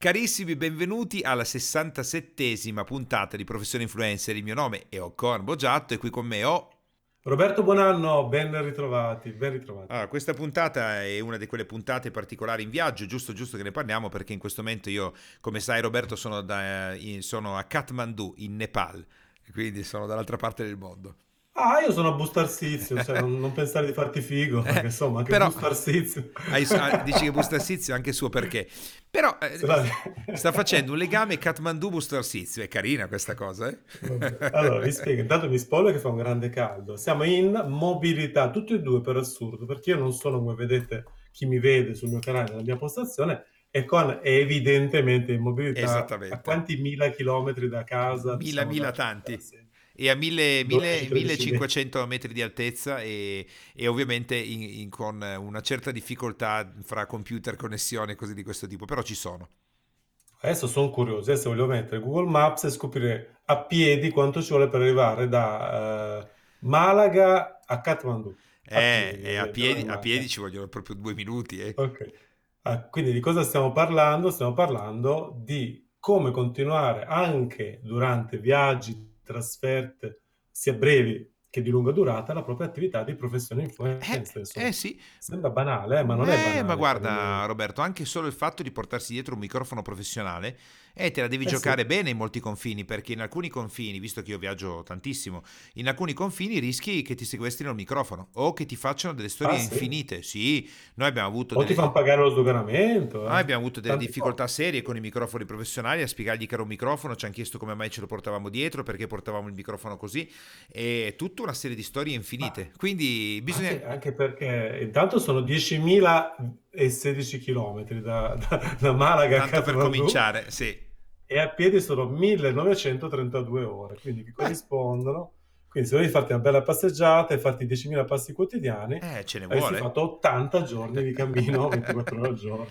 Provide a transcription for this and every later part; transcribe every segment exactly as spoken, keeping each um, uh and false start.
Carissimi, benvenuti alla sessantasettesima puntata di Professione Influencer. Il mio nome è Ocon Boggiatto e qui con me ho... Roberto Buonanno, ben ritrovati, ben ritrovati. Allora, questa puntata è una di quelle puntate particolari in viaggio, giusto giusto che ne parliamo perché in questo momento io, come sai Roberto, sono, da- in- sono a Kathmandu, in Nepal, quindi sono dall'altra parte del mondo. Ah, io sono a Busto Arsizio, cioè non, non pensare di farti figo, perché Eh, insomma anche però Busto Arsizio. hai- ah, dici che Busto Arsizio ha anche suo perché. Però Se eh, la- sta facendo un legame Kathmandu-Busto Arsizio, è carina questa cosa, eh? Vabbè. Allora, vi spiego, intanto mi spoiler che fa un grande caldo. Siamo in mobilità, tutti e due per assurdo, perché io non sono, come vedete, chi mi vede sul mio canale, nella mia postazione, e con è evidentemente in mobilità a Esattamente. quanti mila chilometri da casa, Mila, diciamo, da, mila dalla tanti. sede. E a mille, mille- dodici tredici metri. millecinquecento metri di altezza e, e ovviamente in- in- con una certa difficoltà fra computer, connessione e cose di questo tipo, però ci sono. Adesso sono curioso, adesso voglio mettere Google Maps e scoprire a piedi quanto ci vuole per arrivare da eh, Malaga a Kathmandu. A Eh, piedi, e a ovviamente, non piedi, in a piedi macchina. ci vogliono proprio due minuti, eh. Ok. Ah, quindi di cosa stiamo parlando? Stiamo parlando di come continuare anche durante viaggi, trasferte, sia brevi che di lunga durata, la propria attività di professione Eh, influencer. eh Insomma, sì. sembra banale, eh, ma non è Eh, ma banale, cari guarda miei. Roberto, anche solo il fatto di portarsi dietro un microfono professionale, eh, te la devi Eh sì, giocare bene in molti confini, perché in alcuni confini, visto che io viaggio tantissimo, in alcuni confini rischi che ti sequestrino il microfono o che ti facciano delle ah storie sì. infinite. Sì, noi abbiamo avuto O ti fanno delle, pagare lo sdoganamento, Ah, eh. abbiamo avuto delle Tante cose. difficoltà serie con i microfoni professionali a spiegargli che era un microfono, ci hanno chiesto come mai ce lo portavamo dietro, perché portavamo il microfono così, e tutta una serie di storie Ma, infinite. Quindi ma bisogna, sì, anche perché intanto sono diecimilasedici chilometri da, da, da Malaga a tanto per Kathmandu cominciare, sì. e a piedi sono millenovecentotrentadue ore, quindi che Beh, corrispondono. Quindi se volevi farti una bella passeggiata e farti diecimila passi quotidiani, eh, ce ne avresti vuole. fatto ottanta giorni di cammino, ventiquattro ore al giorno.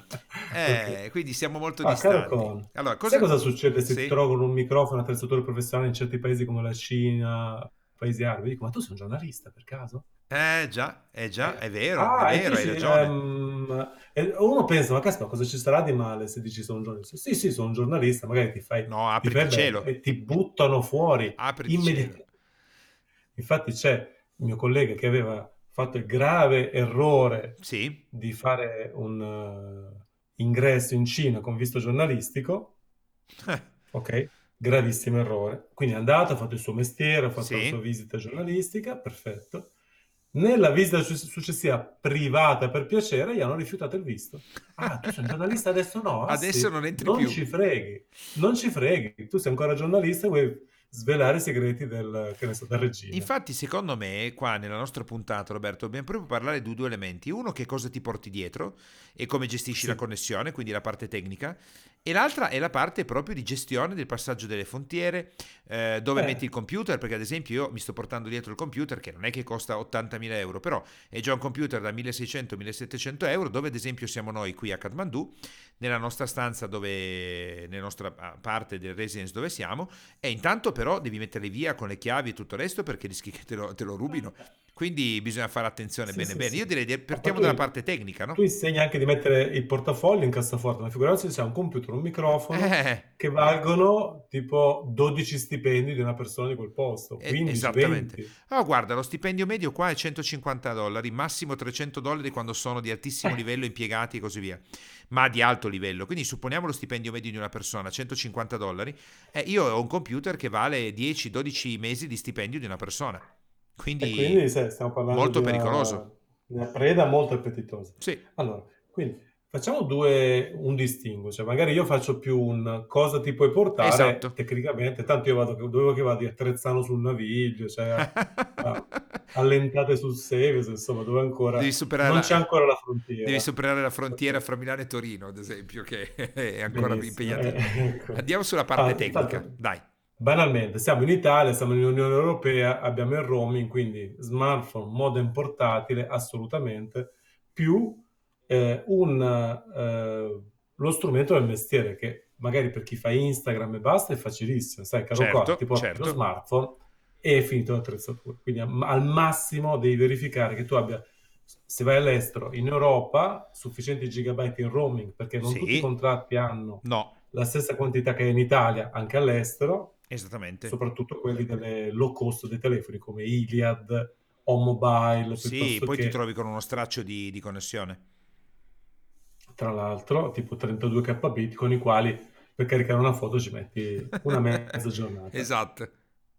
Ok. Eh, quindi siamo molto Ah, caro distanti. Con, Allora, sai cosa... cosa succede se ti Sì? trovano un microfono, attrezzatore professionale in certi paesi come la Cina, paesi arabi? Dico, ma tu sei un giornalista per caso? Eh già, eh già, Eh, è vero, è ah, e tu vero, hai sì, ragione. ehm, e uno pensa, ma caspita, cosa ci sarà di male se dici sono un giornalista? Sì, sì, sono un giornalista, magari ti fai, No, ti fai apriti bello cielo. e ti buttano fuori Apriti cielo. immediatamente. Infatti c'è il mio collega che aveva fatto il grave errore Sì? di fare un eh, ingresso in Cina con visto giornalistico, ok? Gravissimo errore. Quindi è andato, ha fatto il suo mestiere, ha fatto la sua Sì? visita giornalistica, perfetto. Nella visita su- successiva privata per piacere gli hanno rifiutato il visto. Ah, tu sei un giornalista adesso no? Ah Adesso sì, non entri non più. ci freghi, non ci freghi. Tu sei ancora giornalista e vuoi svelare i segreti del, che ne so, del regime. Infatti, secondo me, qua nella nostra puntata, Roberto, dobbiamo proprio parlare di due elementi. Uno, che cosa ti porti dietro e come gestisci la Sì, connessione, quindi la parte tecnica, e l'altra è la parte proprio di gestione del passaggio delle frontiere, eh, dove eh, metti il computer, perché ad esempio io mi sto portando dietro il computer, che non è che costa ottantamila euro, però è già un computer da milleseicento-millesettecento euro, dove ad esempio siamo noi qui a Kathmandu, nella nostra stanza dove, nella nostra ah, parte del residence dove siamo, e intanto però devi metterli via con le chiavi e tutto il resto perché rischi che te lo, te lo rubino. Quindi bisogna fare attenzione sì, bene sì, bene. Io sì. direi di Ma poi partiamo tu, dalla parte tecnica, tu no? insegni anche di mettere il portafoglio in cassaforte, ma figurarsi se c'è un computer, un microfono Eh, che valgono tipo dodici stipendi di una persona di quel posto, eh, quindici, esattamente. venti. Oh, guarda, lo stipendio medio qua è centocinquanta dollari, massimo trecento dollari quando sono di altissimo livello impiegati e così via, ma di alto livello. Quindi supponiamo lo stipendio medio di una persona, centocinquanta dollari. Eh, io ho un computer che vale dieci dodici mesi di stipendio di una persona. E Quindi quindi sai, stiamo parlando di molto una, pericoloso. una preda molto appetitosa. Sì, Allora, quindi facciamo due, un distinguo, cioè magari io faccio più un cosa ti puoi portare esatto. tecnicamente, tanto io vado, dovevo che vado a Trezzano sul Naviglio, cioè a, a- allentate sul Seves, insomma, dove Devi ancora, superare non c'è la, ancora la devi frontiera. superare la frontiera Ok, fra Milano e Torino, ad esempio, che è ancora più benissimo. eh, impegnativo. ecco. Andiamo sulla parte Ah, tecnica, tanto, dai. banalmente, siamo in Italia, siamo nell'Unione Europea, abbiamo il roaming, quindi smartphone, modem portatile, assolutamente, più eh, un, eh, lo strumento del mestiere, che magari per chi fa Instagram e basta è facilissimo, sai, caro Cora, ti Certo, porti lo certo. smartphone e è finito l'attrezzatura. Quindi am- al massimo devi verificare che tu abbia, Se vai all'estero, in Europa, sufficienti gigabyte in roaming, perché non tutti i Sì, contratti hanno no, la stessa quantità che in Italia, anche all'estero, esattamente. soprattutto quelli delle low cost dei telefoni come Iliad o Mobile, Sì, piuttosto poi ti che, trovi con uno straccio di, di connessione. tra l'altro, tipo trentadue kbit con i quali per caricare una foto ci metti una mezza giornata. Esatto.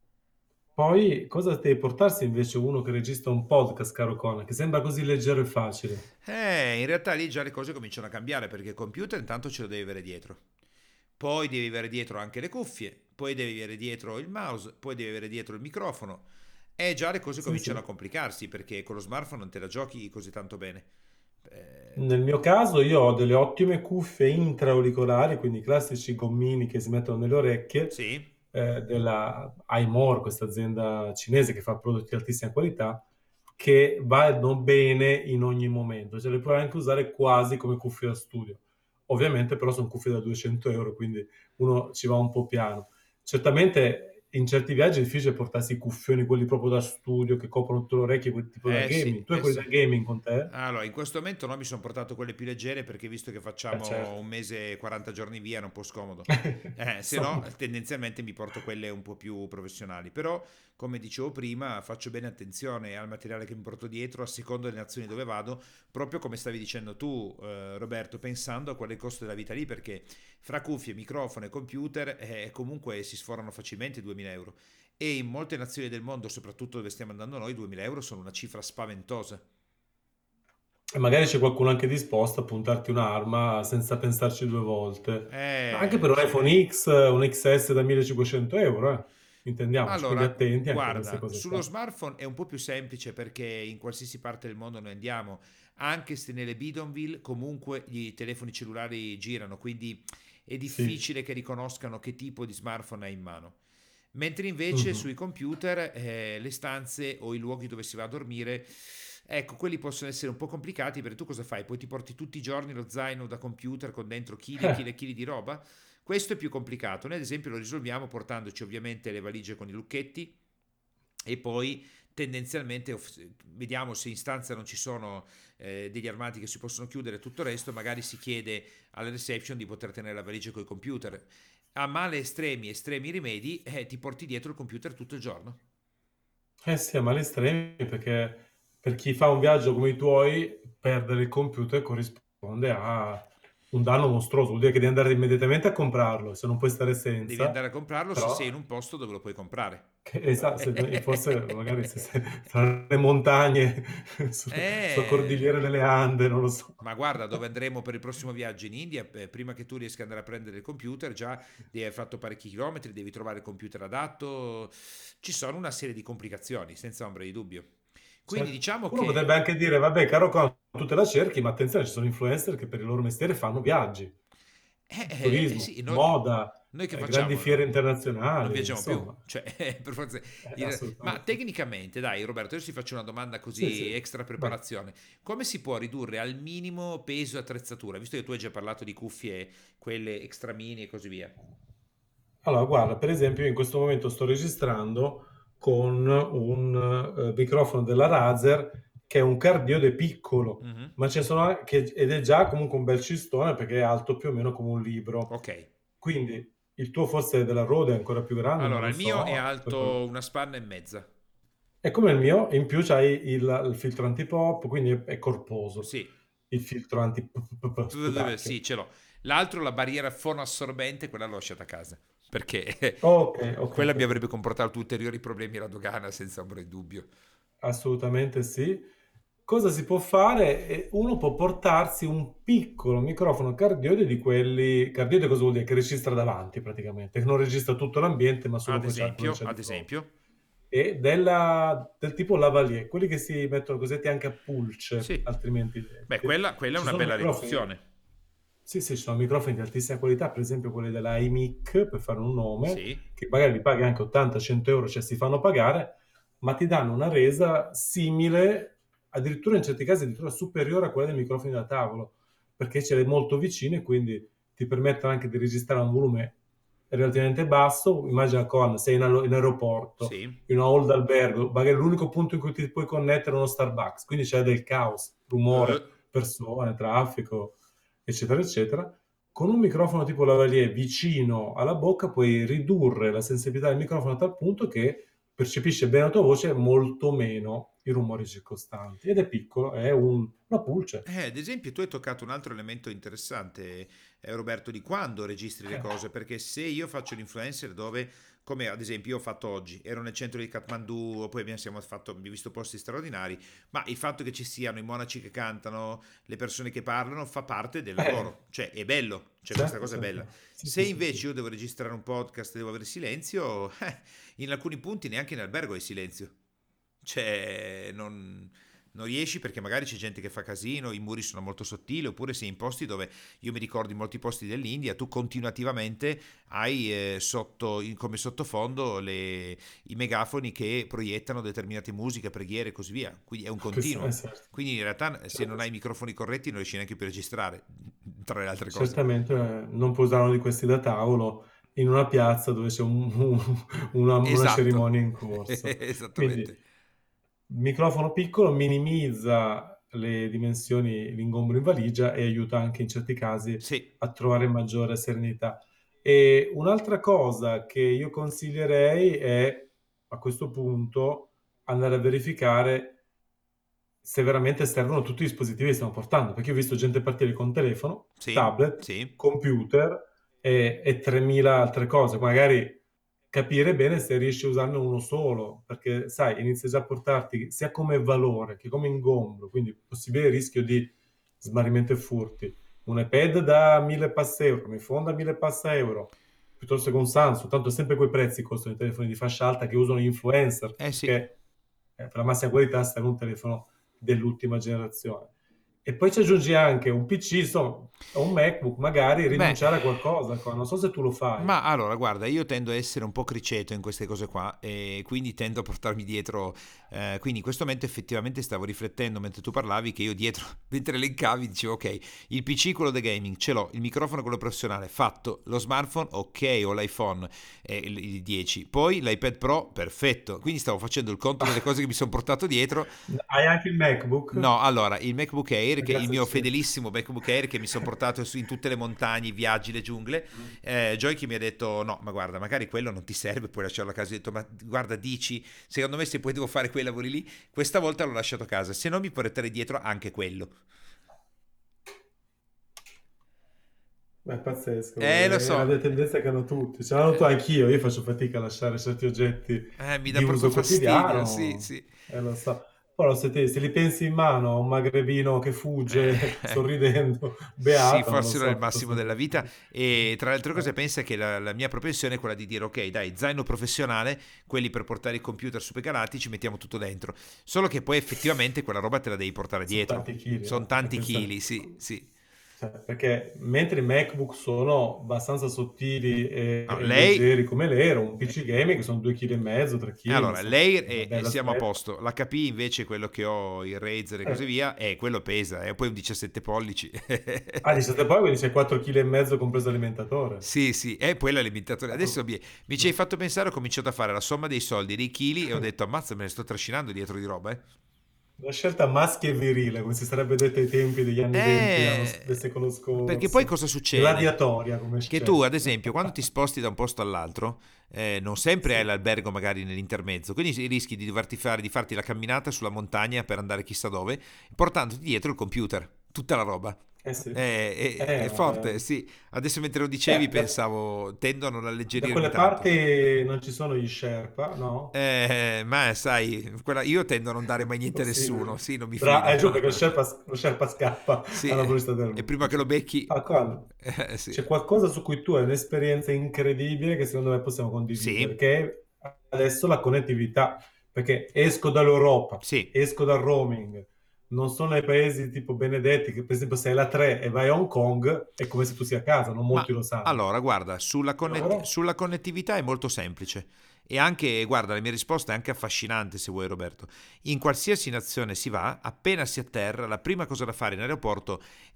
Poi, cosa deve portarsi invece uno che registra un podcast, caro Conan, che sembra così leggero e facile? Eh, in realtà lì già le cose cominciano a cambiare perché il computer intanto ce lo devi avere dietro. Poi devi avere dietro anche le cuffie, poi devi avere dietro il mouse, poi devi avere dietro il microfono. E già le cose Sì, cominciano sì. a complicarsi perché con lo smartphone non te la giochi così tanto bene. Eh, Nel mio caso io ho delle ottime cuffie intraauricolari, quindi i classici gommini che si mettono nelle orecchie, sì, eh, della iMore, questa azienda cinese che fa prodotti di altissima qualità, che vanno bene in ogni momento, cioè le puoi anche usare quasi come cuffie da studio. Ovviamente però sono cuffie da duecento euro, quindi uno ci va un po' piano. Certamente in certi viaggi è difficile portarsi i cuffioni, quelli proprio da studio, che coprono tutte le orecchie, quel tipo da eh sì, gaming. Tu hai eh quelli da sì. gaming con te? Allora, in questo momento no, mi sono portato quelle più leggere perché visto che Eh facciamo certo. un mese e quaranta giorni via, è un po' scomodo. Eh, se no, Insomma. tendenzialmente mi porto quelle un po' più professionali. Però, come dicevo prima, faccio bene attenzione al materiale che mi porto dietro, a seconda delle nazioni dove vado, proprio come stavi dicendo tu, eh, Roberto, pensando a qual è il costo della vita lì, perché fra cuffie, microfono e computer, eh, comunque si sforano facilmente i duemila euro. E in molte nazioni del mondo, soprattutto dove stiamo andando noi, duemila euro sono una cifra spaventosa. E magari c'è qualcuno anche disposto a puntarti un'arma senza pensarci due volte. Ma anche per Eh, un sì. iPhone X, un X S da millecinquecento euro, eh. Intendiamoci, quindi Allora, attenti anche a queste guarda, cose sullo qua. smartphone è un po' più semplice perché in qualsiasi parte del mondo noi andiamo, anche se nelle bidonville comunque i telefoni cellulari girano, quindi è Sì. difficile che riconoscano che tipo di smartphone hai in mano. Mentre invece Mhm. sui computer eh, le stanze o i luoghi dove si va a dormire, ecco, quelli possono essere un po' complicati perché tu cosa fai? Poi ti porti tutti i giorni lo zaino da computer con dentro chili e Eh, chili e chili di roba? Questo è più complicato. Noi ad esempio lo risolviamo portandoci ovviamente le valigie con i lucchetti e poi tendenzialmente off- vediamo se in stanza non ci sono eh, degli armadi che si possono chiudere e tutto il resto, magari si chiede alla reception di poter tenere la valigia con i computer. A male estremi, estremi rimedi, eh, ti porti dietro il computer tutto il giorno. eh sì, a mali estremi, perché per chi fa un viaggio come i tuoi, perdere il computer corrisponde a un danno mostruoso. Vuol dire che devi andare immediatamente a comprarlo, se non puoi stare Devi senza, andare a comprarlo se sei però in un posto dove lo puoi comprare. che esa se e forse magari se se tra le montagne, su sulla Eh, cordigliera delle Ande, non lo so. ma guarda, dove andremo per il prossimo viaggio in India, eh, prima che tu riesca ad andare a prendere il computer, già devi aver fatto parecchi chilometri, devi trovare il computer adatto. Ci sono una serie di complicazioni, senza ombra di dubbio. Quindi Cioè, diciamo uno potrebbe che anche dire: "Vabbè, caro Con, tu te la cerchi", ma attenzione, ci sono influencer che per il loro mestiere fanno viaggi, eh, eh, eh, turismo, sì, noi, moda, noi che ehm, grandi facciamo? fiere Non internazionali, viaggiamo più, insomma. cioè, per forza. Eh, il- Ma assolutamente. tecnicamente, dai, Roberto, adesso ti faccio una domanda Sì, così sì, extra vai. preparazione. Come si può ridurre al minimo peso e attrezzatura? Visto che tu hai già parlato di cuffie, quelle extra mini e così via. Allora, guarda, per esempio, io in questo momento sto registrando con un eh, microfono della Razer che è un cardioide piccolo, Mhm. ma ce ne sono anche, ed è già comunque un bel cistone perché è alto più o meno come un libro. Ok. Quindi il tuo forse della Rode è ancora più grande, non Allora, lo il mio è so. alto una spanna e mezza. È come il mio, in più c'hai il, il filtro antipop, quindi è, è corposo. Sì, Il filtro anti sì, sputacchio. ce l'ho. L'altro, la barriera fonoassorbente, quella l'ho lasciata a casa. Perché Ok, ok, quella mi ok. avrebbe comportato ulteriori problemi alla dogana, senza ombra di dubbio. Assolutamente sì. Cosa si può fare? Eh, Uno può portarsi un piccolo microfono cardioide di quelli... Cardioide cosa vuol dire? Che registra davanti praticamente, che non registra tutto l'ambiente, ma solo Ad quello c'ha- quello esempio, che c'è di ad fronte. esempio, E della- del tipo lavalier, quelli che si mettono cosetti anche a pulce, sì. altrimenti Beh, detti. quella, quella è Ci una sono bella microfoni. riduzione. Sì, sì, ci sono microfoni di altissima qualità, per esempio quelli della I M I C, per fare un nome, Sì. che magari li paghi anche ottanta-cento euro, cioè si fanno pagare, ma ti danno una resa simile, addirittura in certi casi addirittura superiore a quella dei microfoni da tavolo, perché ce l'hai molto vicino e quindi ti permettono anche di registrare a un volume è relativamente basso. Immagina con, sei in, allo- in aeroporto, Sì. in una hall d'albergo, magari l'unico punto in cui ti puoi connettere è uno Starbucks, quindi c'è del caos, Eh, rumore, persone, traffico, eccetera, eccetera. Con un microfono tipo lavalier vicino alla bocca puoi ridurre la sensibilità del microfono a tal punto che percepisce bene la tua voce e molto meno i rumori circostanti. Ed è piccolo, è un- una pulce. Eh, ad esempio, tu hai toccato un altro elemento interessante, eh, Roberto, di quando registri le Eh, cose, perché se io faccio l'influencer dove, come ad esempio io ho fatto oggi, ero nel centro di Kathmandu, poi abbiamo siamo fatto, abbiamo visto posti straordinari, ma il fatto che ci siano i monaci che cantano, le persone che parlano, fa parte del eh, lavoro, cioè è bello, cioè questa certo, cosa è bella. certo. Sì, Se sì, sì, invece sì. io devo registrare un podcast e devo avere silenzio, eh, in alcuni punti neanche in albergo hai silenzio. Cioè, non, non riesci perché magari c'è gente che fa casino, i muri sono molto sottili, oppure sei in posti dove, io mi ricordo in molti posti dell'India, tu continuativamente hai eh, sotto, in- come sottofondo le- i megafoni che proiettano determinate musiche, preghiere e così via. Quindi è un Questo- eh, continuo. certo. Quindi in realtà se non Certo, hai i microfoni corretti non riesci neanche più a registrare, tra le altre cose. certamente eh, non puoi usare uno di questi da tavolo in una piazza dove c'è un- un- una, una Esatto, cerimonia in corso. Quindi esattamente. il microfono piccolo minimizza le dimensioni, l'ingombro in valigia e aiuta anche in certi casi Sì, a trovare maggiore serenità. E un'altra cosa che io consiglierei è a questo punto andare a verificare se veramente servono tutti i dispositivi che stiamo portando, perché io ho visto gente partire con telefono, sì, tablet, sì. computer e, e tremila altre cose. Magari capire bene se riesci a usarne uno solo, perché sai, inizia già a portarti sia come valore che come ingombro, quindi possibile rischio di smarrimento e furti. Un iPad da mille passa euro, un iPhone da mille passa euro, piuttosto che un Samsung, tanto sempre quei prezzi costano i telefoni di fascia alta che usano gli influencer, Eh sì. perché eh, per la massima qualità serve un telefono dell'ultima generazione. E poi ci aggiungi anche un P C, insomma, o un MacBook, magari Beh, rinunciare a qualcosa. Qua. Non so se tu lo fai. ma allora, guarda, io tendo a essere un po' criceto in queste cose qua e quindi tendo a portarmi dietro. Eh, quindi in questo momento effettivamente stavo riflettendo mentre tu parlavi che io dietro, mentre elencavi, dicevo ok, il P C quello da gaming ce l'ho, il microfono quello professionale fatto, lo smartphone ok, o l'iPhone eh, il il dieci, poi l'iPad Pro perfetto. Quindi stavo facendo il conto delle cose che mi sono portato dietro. Hai anche il MacBook? No, allora, il MacBook Air, Che che il cazzo mio c'è? fedelissimo MacBook Air che mi sono portato su- in tutte le montagne, i viaggi, le giungle, eh, Joyke mi ha detto no, ma guarda, magari quello non ti serve, puoi lasciarlo a casa. Ho detto, ma guarda, dici, secondo me se poi devo fare quei lavori lì, questa volta l'ho lasciato a casa, se no mi porterei dietro anche quello. Beh, è pazzesco, Eh, lo è una so, delle tendenze che hanno tutti. Ce l'hanno tu eh, anch'io, io faccio fatica a lasciare certi oggetti eh, mi dà di proprio uso fastidio, sì, quotidiano, sì. e lo so. Però se, te- se li pensi in mano a un magrebino che fugge Eh, sorridendo, sì, beato, non lo forse non è il so, massimo piuttosto della vita. che... E tra le altre cose, Eh, pensa che la, la mia propensione è quella di dire: ok, dai, zaino professionale, quelli per portare i computer super calati, ci mettiamo tutto dentro. Solo che poi effettivamente quella roba te la devi portare sono dietro. tanti chili, Sono eh, perché tanti pensa... chili, sì, sì. Cioè, perché mentre i MacBook sono abbastanza sottili e, No, e lei, leggeri come l'Aero, un P C gaming sono due virgola cinque kg, tre chili, allora, insomma, lei è una e, e bella siamo a svetta. posto. L'H P invece, quello che ho, il Razer e così Eh, via, è quello pesa, e poi un diciassette pollici. ah, diciassette poi, quindi c'è quattro virgola cinque kg compreso l'alimentatore. Sì, sì, e poi l'alimentatore. Ah, Adesso tu- mi, mi ci hai no. fatto pensare, ho cominciato a fare la somma dei soldi, dei chili e ho detto, ammazza, me ne sto trascinando dietro di roba, eh. Una scelta maschia e virile, come si sarebbe detto ai tempi degli anni venti anno- del Eh, secolo perché poi scorso. cosa succede? Gladiatoria come Che tu, ad scelta. esempio, quando ti sposti da un posto all'altro, eh, non sempre hai Sì. l'albergo magari nell'intermezzo, quindi rischi di doverti fare, di farti la camminata sulla montagna per andare chissà dove, portandoti dietro il computer, tutta la roba. Eh sì. È, è- Eh, è ma- forte, sì. Adesso mentre lo dicevi eh, da, pensavo, tendo a non da alleggerirmi quelle tanto. parti non ci sono gli Sherpa, no? Eh, ma sai, quella- io tendo a non dare mai niente a nessuno, Impossibile. sì, non mi Bra- fido. eh, giù perché lo Sherpa, lo Sherpa scappa Sì, alla velocità della e prima che luce. lo becchi, Ah, qua eh, sì. c'è qualcosa su cui tu hai un'esperienza incredibile che secondo me possiamo condividere, Sì, che è adesso la connettività. Perché esco dall'Europa, sì. esco dal roaming, non sono nei paesi tipo benedetti, che per esempio se hai la tre e vai a Hong Kong è come se tu sia a casa, non Ma molti lo sanno. allora, guarda, sulla, No, connet- però... sulla connettività è molto semplice. E anche, guarda, la mia risposta è anche affascinante se vuoi, Roberto. In qualsiasi nazione si va, appena si atterra, la prima cosa da fare in aeroporto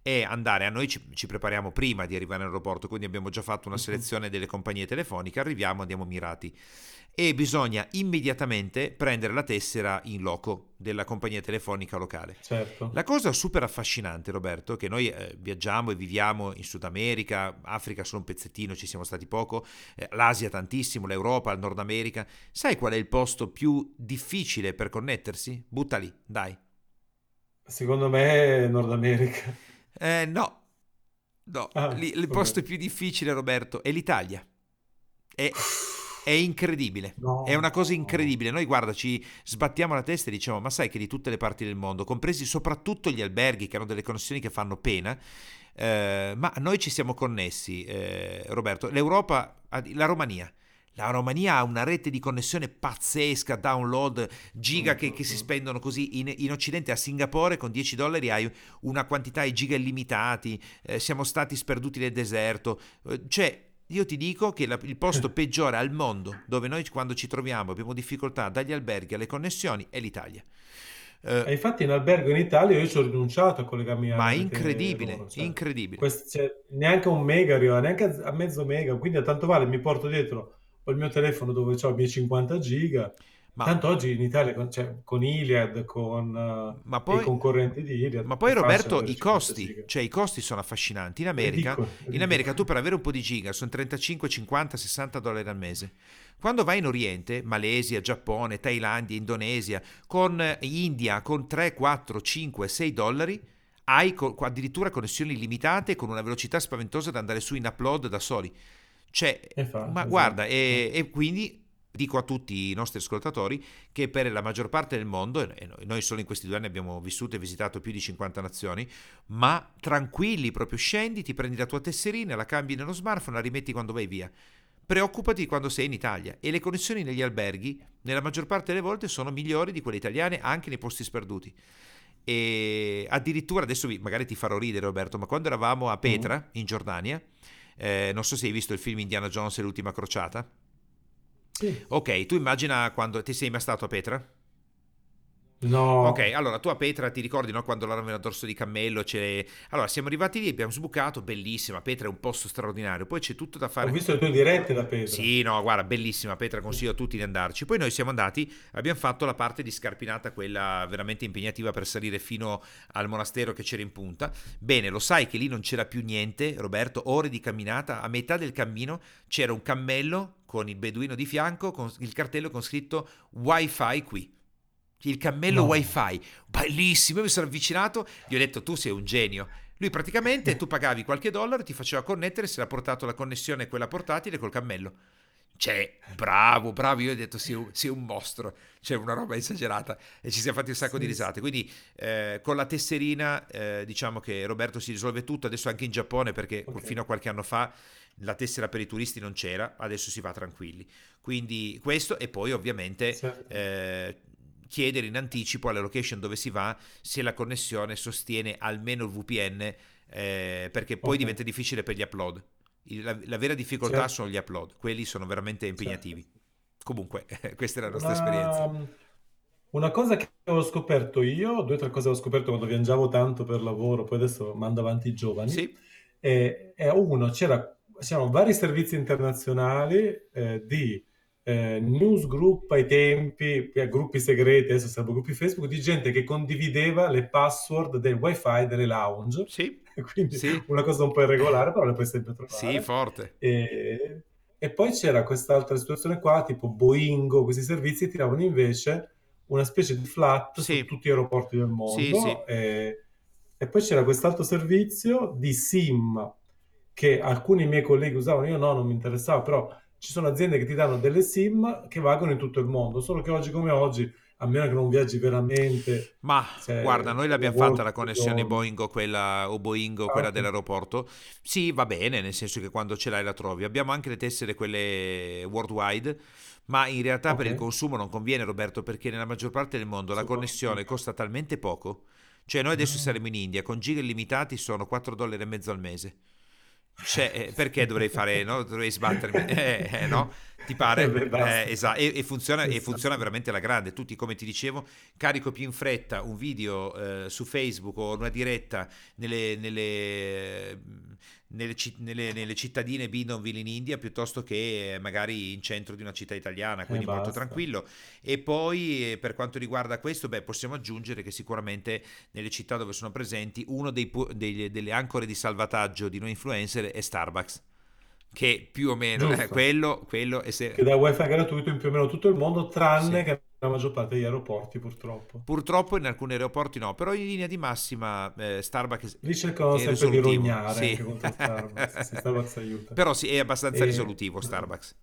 è andare, a noi ci, ci prepariamo prima di arrivare all'aeroporto, quindi abbiamo già fatto una Mhm. selezione delle compagnie telefoniche, arriviamo, andiamo mirati e bisogna immediatamente prendere la tessera in loco della compagnia telefonica locale. La Certo. cosa super affascinante, Roberto, che noi eh, viaggiamo e viviamo in Sud America, Africa solo un pezzettino, ci siamo stati poco, eh, l'Asia tantissimo, l'Europa, il Nord America. Sai qual è il posto più difficile per connettersi? Butta lì, dai. Secondo me è Nord America. Eh, no, no, Ah, Lì- il vabbè. posto più difficile, Roberto, è l'Italia. È, è incredibile. È una cosa No. incredibile. Noi, guarda, ci sbattiamo la testa e diciamo: ma sai che di tutte le parti del mondo, compresi soprattutto gli alberghi che hanno delle connessioni che fanno pena, eh, ma noi ci siamo connessi, eh, Roberto. L'Europa, la Romania. La Romania ha una rete di connessione pazzesca, download, giga Mm, che, mm, che si mm. spendono così. In, in Occidente, a Singapore, con dieci dollari hai una quantità di giga illimitati. Eh, siamo stati sperduti nel deserto. Eh, cioè, io ti dico che la- il posto peggiore al mondo dove noi quando ci troviamo abbiamo difficoltà dagli alberghi alle connessioni è l'Italia. E Eh, infatti in albergo in Italia io ci ho rinunciato a collegarmi ma alla è rete loro, incredibile, cioè, incredibile. quest- cioè, neanche a un mega arriva, neanche a, a mezzo mega, quindi a tanto vale mi porto dietro ho il mio telefono dove ho i miei cinquanta giga, Ma, tanto oggi in Italia con, cioè, con Iliad con, ma eh, e i poi, concorrenti di Iliad ma è poi facile Roberto, avere i cinquanta costi, giga. cioè i costi sono affascinanti. In America, Ridicolo, in America tu ridicolo. per avere un po' di giga sono trentacinque, cinquanta, sessanta dollari al mese. Quando vai in Oriente, Malesia, Giappone, Thailandia, Indonesia, con eh, India, con tre, quattro, cinque, sei dollari, hai co- addirittura connessioni limitate con una velocità spaventosa da andare su in upload da soli. Cioè, E fa, ma guarda, esatto, e, esatto. e quindi dico a tutti i nostri ascoltatori che per la maggior parte del mondo, e noi noi solo in questi due anni abbiamo vissuto e visitato più di cinquanta nazioni, ma tranquilli, proprio scendi, ti prendi la tua tesserina, la cambi nello smartphone, la rimetti quando vai via. Preoccupati quando sei in Italia e le connessioni negli alberghi, nella maggior parte delle volte, sono migliori di quelle italiane anche nei posti sperduti. E addirittura adesso vi- magari ti farò ridere, Roberto, ma quando eravamo a Mm. Petra, in Giordania, eh, non so se hai visto il film Indiana Jones e l'ultima crociata. Sì, Ok, tu immagina quando ti sei mai stato a Petra? Ok, no, allora tu a Petra ti ricordi, no, quando l'hanno a dorso di cammello c'è... Allora siamo arrivati lì, abbiamo sbucato, bellissima, Petra è un posto straordinario, poi c'è tutto da ho fare. visto le tue dirette da Petra. Sì, no, guarda, bellissima Petra, Sì. consiglio a tutti di andarci. Poi noi siamo andati, abbiamo fatto la parte di scarpinata, quella veramente impegnativa per salire fino al monastero che c'era in punta. Bene, lo sai che lì non c'era più niente, Roberto, ore di camminata, a metà del cammino c'era un cammello con il beduino di fianco, con il cartello con scritto Wi-Fi qui. Il cammello No. wifi, bellissimo, io mi sono avvicinato, gli ho detto tu sei un genio. Lui praticamente tu pagavi qualche dollaro, ti faceva connettere, si era portato la connessione quella portatile col cammello. Cioè, bravo, bravo, io ho detto sei un, sei un mostro, cioè una roba esagerata e ci siamo fatti un sacco di Sì, sì. risate. Quindi eh, con la tesserina eh, diciamo che Roberto si risolve tutto, adesso anche in Giappone perché Ok. fino a qualche anno fa la tessera per i turisti non c'era, adesso si va tranquilli. Quindi questo e poi ovviamente Certo. eh, chiedere in anticipo alle location dove si va se la connessione sostiene almeno il V P N eh, perché poi Ok. diventa difficile per gli upload. Il- La, la vera difficoltà Certo. sono gli upload, quelli sono veramente Certo. impegnativi. Comunque, questa è la nostra esperienza. Una, una cosa che ho scoperto io, due o tre cose ho scoperto quando viaggiavo tanto per lavoro, poi adesso mando avanti i giovani, Sì, e, e uno, c'era, c'erano vari servizi internazionali eh, di eh, newsgroup ai tempi, eh, gruppi segreti, adesso sarebbero gruppi Facebook, di gente che condivideva le password del wifi delle lounge, sì, quindi sì, una cosa un po' irregolare, però la puoi sempre sì, trovare. forte. E, e poi c'era quest'altra situazione qua, tipo Boingo, questi servizi tiravano invece una specie di flat su Sì, tutti gli aeroporti del sì, sì. mondo. E, e poi c'era quest'altro servizio di SIM che alcuni miei colleghi usavano, io no, non mi interessava, però ci sono aziende che ti danno delle SIM che valgono in tutto il mondo, solo che oggi come oggi, a meno che non viaggi veramente, Ma guarda, cioè, noi per l'abbiamo lavoro fatta la tutti i connessione giorni. Boeing o quella, o Boeing o Ah, quella ok, dell'aeroporto. Sì, va bene, nel senso che quando ce l'hai la trovi. Abbiamo anche le tessere, quelle worldwide, ma in realtà per ok, il consumo non conviene, Roberto, perché nella maggior parte del mondo la suppongo. connessione costa talmente poco. Cioè, noi adesso Ah. saremo in India, con giga illimitati sono quattro dollari e mezzo al mese. Cioè, eh, perché dovrei fare, no? Dovrei sbattermi, eh, eh, no? Ti E pare? beh, Eh, basta. esatto, e, e funziona, Sì, e sì, funziona sì. veramente alla grande. Tutti, come ti dicevo, carico più in fretta un video eh, su Facebook o una diretta nelle, nelle, nelle ci- nelle- nelle cittadine bidonville in India piuttosto che eh, magari in centro di una città italiana, E quindi molto basta. tranquillo. E poi eh, per quanto riguarda questo, beh, possiamo aggiungere che sicuramente nelle città dove sono presenti uno dei, pu- degli- delle ancore di salvataggio di noi influencer è Starbucks, che più o meno eh, Giusto. quello, quello è Che se- dà wifi gratuito in più o meno tutto il mondo, tranne sì. che la maggior parte degli aeroporti, purtroppo. Purtroppo in alcuni aeroporti no, però in linea di massima eh, Starbucks Lì cercano è sempre di risolutivo, rognare sì. anche contro Starbucks. Sì, Starbucks aiuta. Però sì, è abbastanza E risolutivo Starbucks.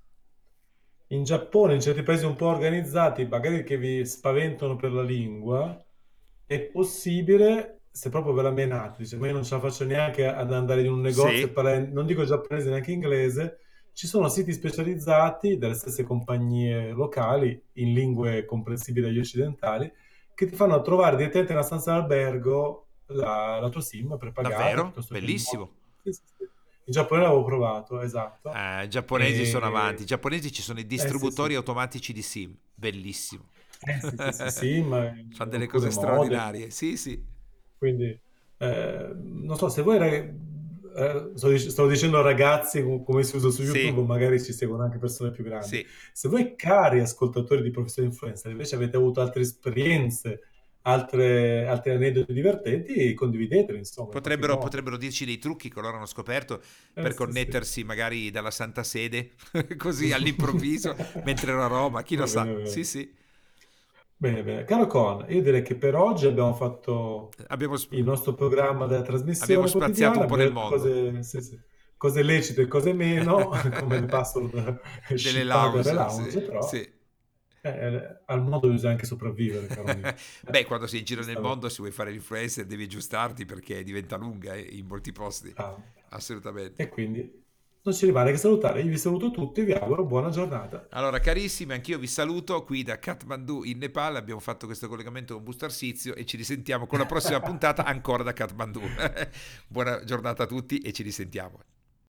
in Giappone, in certi paesi un po' organizzati, magari che vi spaventano per la lingua, è possibile, se proprio ve la menate, dice, ma io non ce la faccio neanche ad andare in un negozio e Sì, parlare, non dico giapponese, neanche inglese, ci sono siti specializzati dalle stesse compagnie locali, in lingue comprensibili agli occidentali, che ti fanno trovare direttamente nella stanza d'albergo la, la tua SIM prepagata, davvero? piuttosto che il modo. Bellissimo. Sì, sì, sì. In Giappone l'avevo provato, esatto. Eh, I giapponesi sono avanti. I E... giapponesi ci sono i Eh sì, sì. distributori automatici di SIM. Bellissimo. Eh sì, sì, sì, sì, ma Fanno delle cose oppure modem. straordinarie. Sì, sì. Quindi, eh, non so, se voi, rag- eh, sto, dic- stavo dicendo ragazzi com- come si usa su YouTube, Sì, magari ci seguono anche persone più grandi. sì. Se voi, cari ascoltatori di Professore Influencer, invece avete avuto altre esperienze, altre, altri aneddoti divertenti, condivideteli, insomma, in qualche Potrebbero, modo. potrebbero dirci dei trucchi che loro hanno scoperto Eh per sì, sì. connettersi magari dalla Santa Sede, così all'improvviso, mentre ero a Roma, chi lo Va bene, sa. va Sì, bene. sì. Bene, bene. Caro Con, io direi che per oggi abbiamo fatto Abbiamo, il sp- nostro programma della abbiamo trasmissione spaziato un quotidiana, po' abbiamo nel detto mondo cose, sì, sì, cose lecite e cose meno, come le password delle shippate alle lounge. Sì, lounge, però sì. eh, al modo bisogna anche sopravvivere, caro mio. Eh, Beh, quando sei in giro ci nel sta bene. mondo, se vuoi fare l'influencer, devi aggiustarti perché diventa lunga eh, in molti posti. Bravo. Assolutamente. E quindi non ci rimane che salutare. Io vi saluto tutti e vi auguro buona giornata. Allora, carissimi, anch'io vi saluto qui da Kathmandu in Nepal. Abbiamo fatto questo collegamento con Busto Arsizio e ci risentiamo con la prossima puntata ancora da Kathmandu. Buona giornata a tutti e ci risentiamo.